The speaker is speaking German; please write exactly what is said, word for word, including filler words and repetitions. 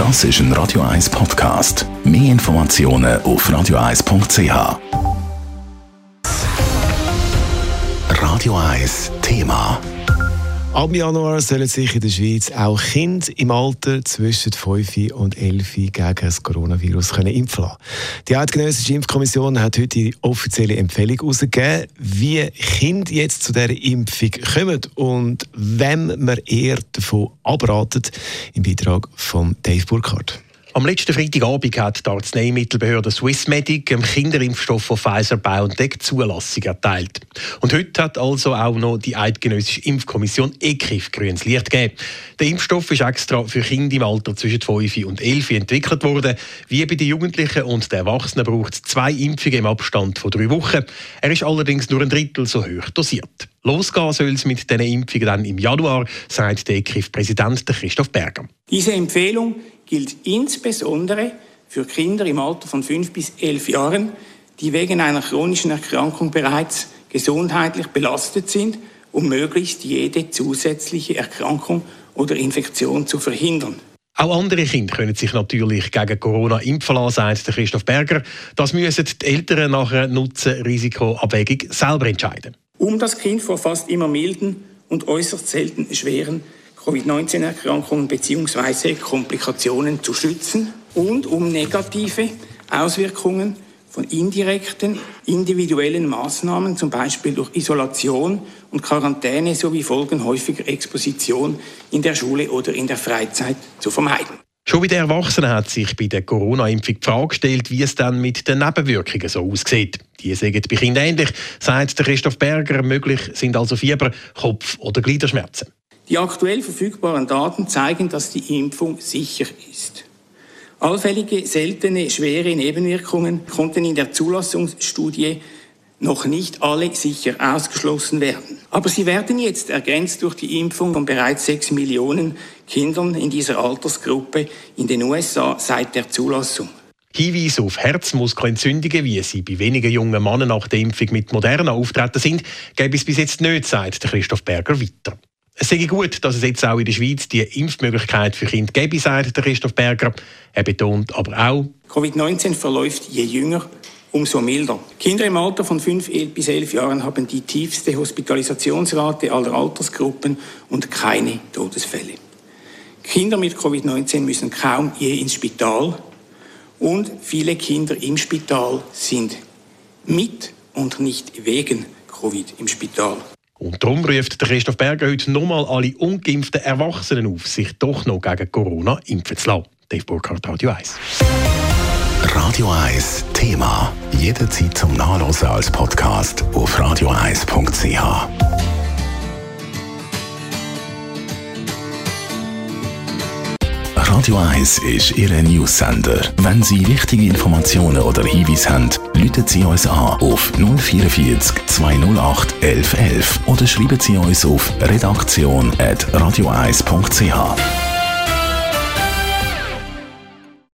Das ist ein Radio eins Podcast. Mehr Informationen auf radio eins punkt c h. Radio eins Thema. Ab Januar sollen sich in der Schweiz auch Kinder im Alter zwischen fünf und elf gegen das Coronavirus können impfen lassen. Die Eidgenössische Impfkommission hat heute die offizielle Empfehlung herausgegeben, wie Kinder jetzt zu dieser Impfung kommen und wem man eher davon abratet. Im Beitrag von Dave Burkhardt. Am letzten Freitagabend hat die Arzneimittelbehörde Swissmedic dem Kinderimpfstoff von Pfizer-BioNTech Zulassung erteilt. Und heute hat also auch noch die Eidgenössische Impfkommission E K I F grünes Licht gegeben. Der Impfstoff ist extra für Kinder im Alter zwischen fünf und elf entwickelt worden. Wie bei den Jugendlichen und den Erwachsenen braucht es zwei Impfungen im Abstand von drei Wochen. Er ist allerdings nur ein Drittel so hoch dosiert. Losgehen soll es mit diesen Impfungen dann im Januar, sagt der E K I F-Präsident Christoph Berger. Diese Empfehlung gilt insbesondere für Kinder im Alter von fünf bis elf Jahren, die wegen einer chronischen Erkrankung bereits gesundheitlich belastet sind, um möglichst jede zusätzliche Erkrankung oder Infektion zu verhindern. Auch andere Kinder können sich natürlich gegen Corona impfen lassen, sagt Christoph Berger. Das müssen die Eltern nach einer Nutzen-Risiko-Abwägung selber entscheiden. Um das Kind vor fast immer milden und äußerst selten schweren Covid neunzehn Erkrankungen bzw. Komplikationen zu schützen und um negative Auswirkungen von indirekten, individuellen Maßnahmen, zum Beispiel durch Isolation und Quarantäne sowie Folgen häufiger Exposition in der Schule oder in der Freizeit zu vermeiden. Schon bei den Erwachsenen hat sich bei der Corona-Impfung die Frage gestellt, wie es dann mit den Nebenwirkungen so aussieht. Die sind bei Kindern ähnlich, sagt Christoph Berger. Möglich sind also Fieber, Kopf- oder Gliederschmerzen. Die aktuell verfügbaren Daten zeigen, dass die Impfung sicher ist. Allfällige, seltene, schwere Nebenwirkungen konnten in der Zulassungsstudie noch nicht alle sicher ausgeschlossen werden. Aber sie werden jetzt ergänzt durch die Impfung von bereits sechs Millionen Kindern in dieser Altersgruppe in den U S A seit der Zulassung. Hinweise auf Herzmuskelentzündungen, wie sie bei wenigen jungen Männern nach der Impfung mit Moderna auftreten sind, gäbe es bis jetzt nicht, sagt Christoph Berger weiter. Es sei gut, dass es jetzt auch in der Schweiz die Impfmöglichkeit für Kinder gäbe, sagt Christoph Berger. Er betont aber auch, Covid neunzehn verläuft je jünger, umso milder. Kinder im Alter von fünf bis elf Jahren haben die tiefste Hospitalisationsrate aller Altersgruppen und keine Todesfälle. Kinder mit Covid neunzehn müssen kaum je ins Spital und viele Kinder im Spital sind mit und nicht wegen Covid im Spital. Und darum ruft Christoph Berger heute nochmal alle ungeimpften Erwachsenen auf, sich doch noch gegen Corona impfen zu lassen. Dave Burkhardt, Radio eins. Radio eins Thema. Jederzeit zum Nachlesen als Podcast auf radio eins punkt c h. Radio eins ist Ihr News-Sender. Wenn Sie wichtige Informationen oder Hinweise haben, rufen Sie uns an auf null vierundvierzig zweihundertacht elf elf oder schreiben Sie uns auf redaktion at radio eins punkt c h.